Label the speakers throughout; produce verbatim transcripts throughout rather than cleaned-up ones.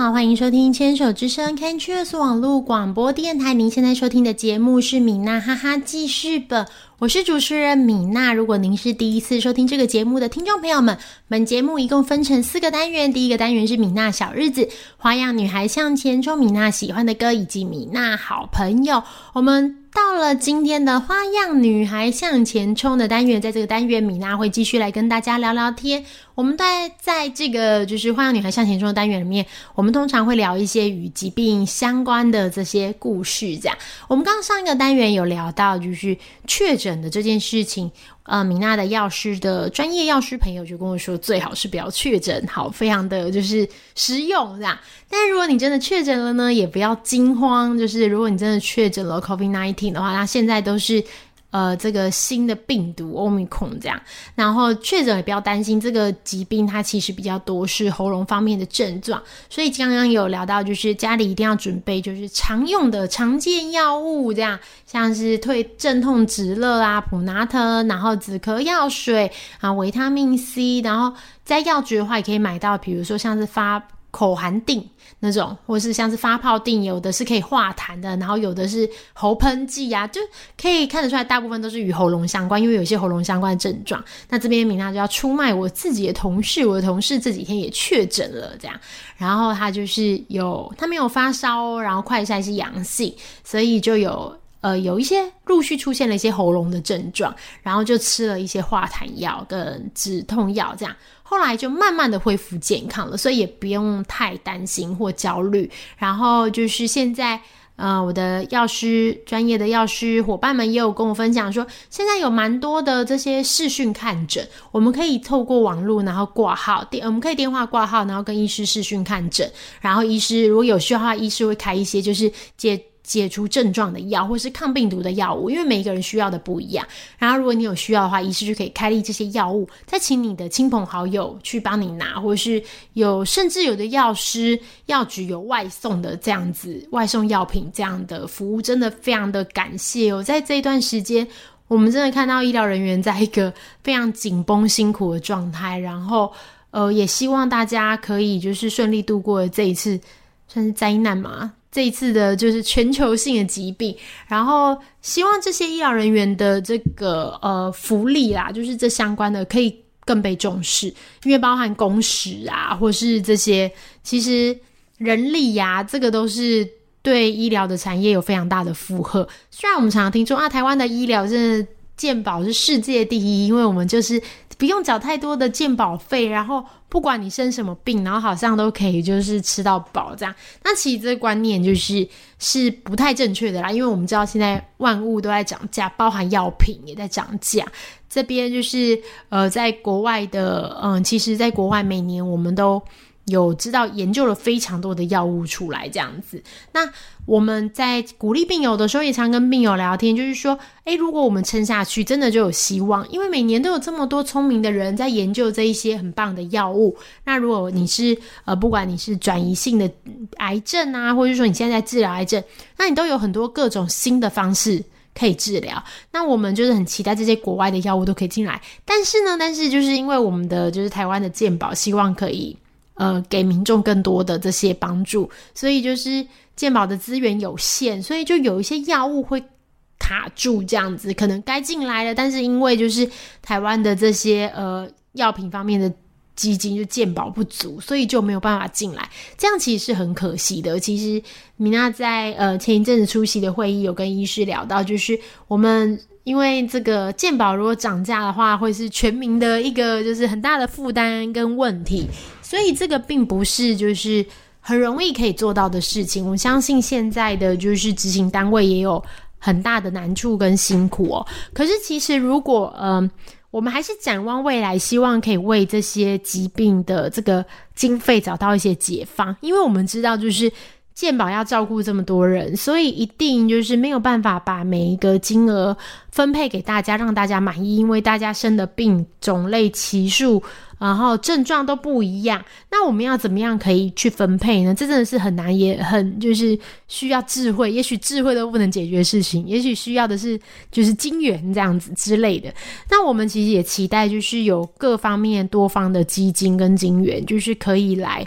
Speaker 1: 好，欢迎收听牵手之声 CanCheers 网络广播电台。您现在收听的节目是米娜哈哈记事本，我是主持人米娜。如果您是第一次收听这个节目的听众朋友们，本节目一共分成四个单元。第一个单元是米娜小日子，花样女孩向前冲，米娜喜欢的歌以及米娜好朋友。我们到了今天的花样女孩向前冲的单元，在这个单元米娜会继续来跟大家聊聊天。我们在在这个就是花样女孩向前冲的单元里面，我们通常会聊一些与疾病相关的这些故事这样。我们刚刚上一个单元有聊到就是确诊的这件事情，呃，米娜的药师的专业药师朋友就跟我说，最好是不要确诊，好，非常的就是实用这样。但如果你真的确诊了呢，也不要惊慌，就是如果你真的确诊了 COVID 十九 的话，那现在都是呃，这个新的病毒 Omicron 这样，然后确诊也不要担心，这个疾病它其实比较多是喉咙方面的症状，所以刚刚有聊到就是家里一定要准备就是常用的常见药物这样，像是退镇痛止热啊、普拿疼，然后止咳药水啊、维他命 C， 然后在药局的话也可以买到，比如说像是发口含锭那种，或是像是发泡锭，有的是可以化痰的，然后有的是喉喷剂啊，就可以看得出来大部分都是与喉咙相关，因为有一些喉咙相关的症状。那这边米娜就要出卖我自己的同事，我的同事这几天也确诊了这样，然后他就是有他没有发烧，然后快筛是阳性，所以就有呃，有一些陆续出现了一些喉咙的症状，然后就吃了一些化痰药跟止痛药这样，后来就慢慢的恢复健康了，所以也不用太担心或焦虑。然后就是现在呃，我的药师专业的药师伙伴们也有跟我分享说，现在有蛮多的这些视讯看诊，我们可以透过网络然后挂号，我们可以电话挂号，然后跟医师视讯看诊，然后医师如果有需要的话，医师会开一些就是解解除症状的药或是抗病毒的药物，因为每一个人需要的不一样，然后如果你有需要的话，医师就可以开立这些药物，再请你的亲朋好友去帮你拿，或是有甚至有的药师药局有外送的这样子，外送药品这样的服务，真的非常的感谢哦。在这一段时间我们真的看到医疗人员在一个非常紧绷辛苦的状态，然后呃，也希望大家可以就是顺利度过这一次算是灾难嘛，这一次的就是全球性的疾病，然后希望这些医疗人员的这个呃福利啦，就是这相关的可以更被重视，因为包含工时啊，或是这些其实人力呀、啊，这个都是对医疗的产业有非常大的负荷。虽然我们常常听说啊，台湾的医疗真的健保是世界第一，因为我们就是不用缴太多的健保费，然后不管你生什么病，然后好像都可以就是吃到饱这样。那其实这个观念就是是不太正确的啦，因为我们知道现在万物都在涨价，包含药品也在涨价。这边就是呃，在国外的嗯，其实在国外每年我们都有知道研究了非常多的药物出来这样子。那我们在鼓励病友的时候也常跟病友聊天，就是说诶，如果我们撑下去真的就有希望，因为每年都有这么多聪明的人在研究这一些很棒的药物。那如果你是呃，不管你是转移性的癌症啊，或者说你现在在治疗癌症，那你都有很多各种新的方式可以治疗，那我们就是很期待这些国外的药物都可以进来。但是呢但是就是因为我们的就是台湾的健保希望可以呃，给民众更多的这些帮助，所以就是健保的资源有限，所以就有一些药物会卡住这样子，可能该进来了，但是因为就是台湾的这些呃药品方面的基金就健保不足，所以就没有办法进来，这样其实是很可惜的。其实米娜在呃前一阵子出席的会议有跟医师聊到，就是我们因为这个健保如果涨价的话，会是全民的一个就是很大的负担跟问题，所以这个并不是就是很容易可以做到的事情。我相信现在的就是执行单位也有很大的难处跟辛苦哦。可是其实如果嗯、呃，我们还是展望未来，希望可以为这些疾病的这个经费找到一些解放，因为我们知道就是健保要照顾这么多人，所以一定就是没有办法把每一个金额分配给大家让大家满意，因为大家生的病种类期数然后症状都不一样，那我们要怎么样可以去分配呢？这真的是很难，也很就是需要智慧，也许智慧都不能解决的事情，也许需要的是就是金源这样子之类的。那我们其实也期待就是有各方面多方的基金跟金源，就是可以来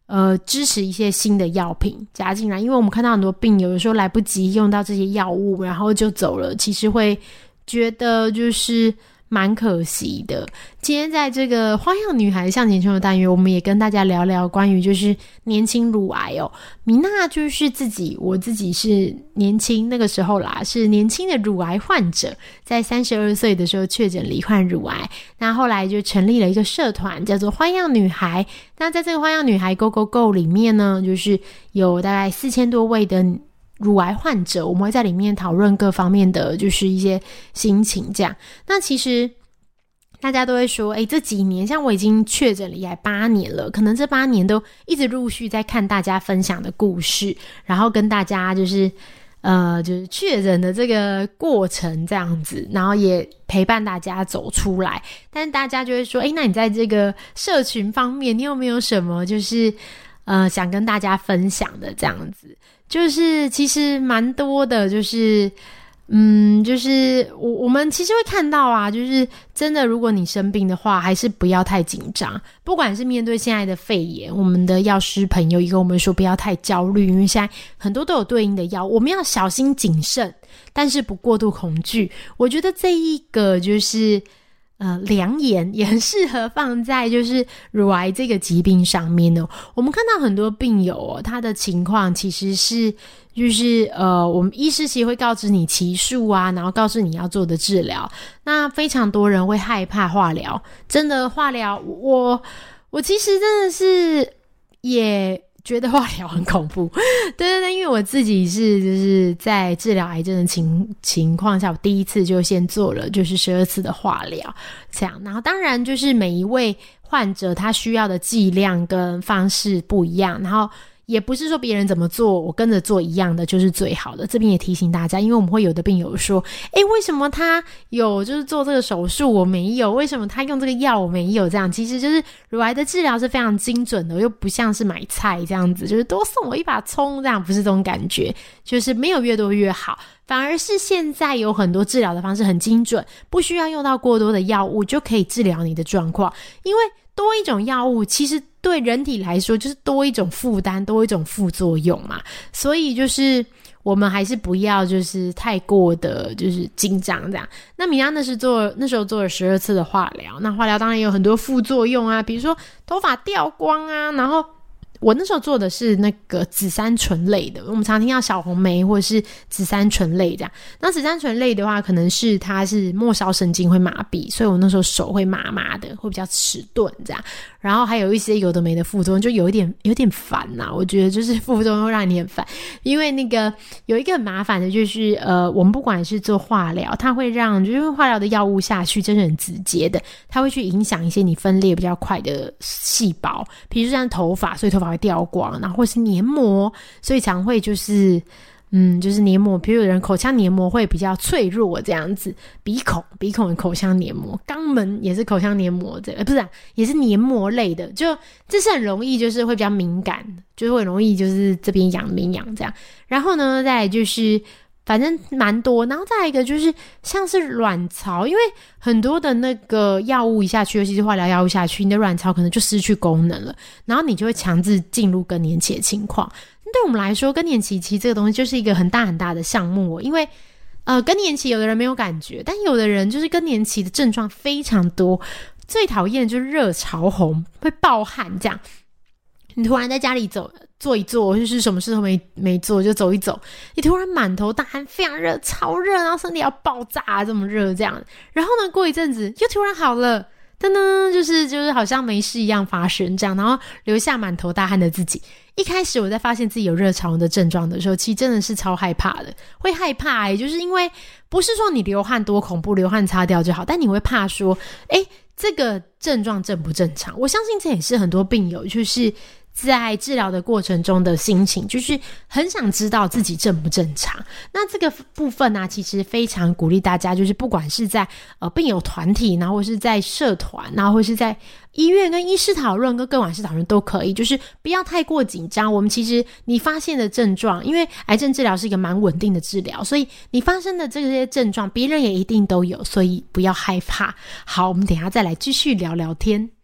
Speaker 1: 呃支持一些新的药品加进来，因为我们看到很多病友有时候来不及用到这些药物，然后就走了，其实会觉得就是蛮可惜的。今天在这个花样女孩向前冲的单元，我们也跟大家聊聊关于就是年轻乳癌哦。米娜就是自己，我自己是年轻那个时候啦，是年轻的乳癌患者，在三十二岁的时候确诊罹患乳癌，那后来就成立了一个社团叫做花样女孩。那在这个花样女孩 Go Go Go 里面呢，就是有大概四千多位的乳癌患者，我们会在里面讨论各方面的就是一些心情这样。那其实大家都会说诶这几年像我已经确诊了也八年了，可能这八年都一直陆续在看大家分享的故事，然后跟大家就是呃就是确诊的这个过程这样子，然后也陪伴大家走出来。但是大家就会说诶那你在这个社群方面你有没有什么就是呃想跟大家分享的这样子。就是其实蛮多的，就是嗯，就是我我们其实会看到啊，就是真的如果你生病的话还是不要太紧张，不管是面对现在的肺炎，我们的药师朋友也跟我们说不要太焦虑，因为现在很多都有对应的药，我们要小心谨慎，但是不过度恐惧。我觉得这一个就是呃，良言也很适合放在就是乳癌这个疾病上面哦。我们看到很多病友哦，他的情况其实是就是呃，我们医师其实会告知你期数啊，然后告诉你要做的治疗。那非常多人会害怕化疗，真的化疗，我我其实真的是也觉得化疗很恐怖。对对对，因为我自己是就是在治疗癌症的情情况下，我第一次就先做了就是十二次的化疗这样。然后当然就是每一位患者他需要的剂量跟方式不一样，然后也不是说别人怎么做我跟着做一样的就是最好的。这边也提醒大家，因为我们会有的病友说诶为什么他有就是做这个手术我没有，为什么他用这个药我没有，这样其实就是乳癌的治疗是非常精准的，又不像是买菜这样子就是多送我一把葱这样，不是这种感觉，就是没有越多越好，反而是现在有很多治疗的方式很精准，不需要用到过多的药物就可以治疗你的状况。因为多一种药物其实对人体来说就是多一种负担，多一种副作用嘛，所以就是我们还是不要就是太过的就是紧张这样。那米娅那是做那时候做了十二次的化疗，那化疗当然也有很多副作用啊，比如说头发掉光啊，然后我那时候做的是那个紫杉醇类的，我们常听到小红莓或者是紫杉醇类这样。那紫杉醇类的话可能是它是末梢神经会麻痹，所以我那时候手会麻麻的，会比较迟钝这样。然后还有一些有的没的副作用，就有一点有点烦呐、啊。我觉得就是副作用会让你很烦，因为那个有一个很麻烦的就是呃，我们不管是做化疗，它会让就是因为化疗的药物下去真的很直接的，它会去影响一些你分裂比较快的细胞，比如说像头发，所以头发会掉光，然后或是黏膜，所以常会就是嗯，就是黏膜，比如有人口腔黏膜会比较脆弱这样子，鼻孔鼻孔的口腔黏膜，肛门也是口腔黏膜这个、呃、不是、啊、也是黏膜类的，就这是很容易就是会比较敏感，就是会容易就是这边痒那边痒这样。然后呢再来就是反正蛮多，然后再来一个就是像是卵巢，因为很多的那个药物一下去，尤其是化疗药物下去，你的卵巢可能就失去功能了，然后你就会强制进入更年期的情况。对我们来说更年期其实这个东西就是一个很大很大的项目、哦、因为呃更年期有的人没有感觉，但有的人就是更年期的症状非常多，最讨厌的就是热潮红，会暴汗这样。你突然在家里走坐一坐，就是什么事都没没做就走一走，你突然满头大汗，非常热，超热，然后身体要爆炸这么热这样。然后呢过一阵子又突然好了，噔噔，就是就是好像没事一样发生这样，然后留下满头大汗的自己。一开始我在发现自己有热潮红的症状的时候，其实真的是超害怕的，会害怕欸，就是因为不是说你流汗多恐怖，流汗擦掉就好，但你会怕说诶这个症状正不正常。我相信这也是很多病友就是在治疗的过程中的心情，就是很想知道自己正不正常。那这个部分呢、啊，其实非常鼓励大家，就是不管是在呃病友团体，然后或是在社团，然后或是在医院跟医师讨论跟个管师讨论都可以，就是不要太过紧张。我们其实你发现的症状，因为癌症治疗是一个蛮稳定的治疗，所以你发生的这些症状别人也一定都有，所以不要害怕。好，我们等一下再来继续聊聊天。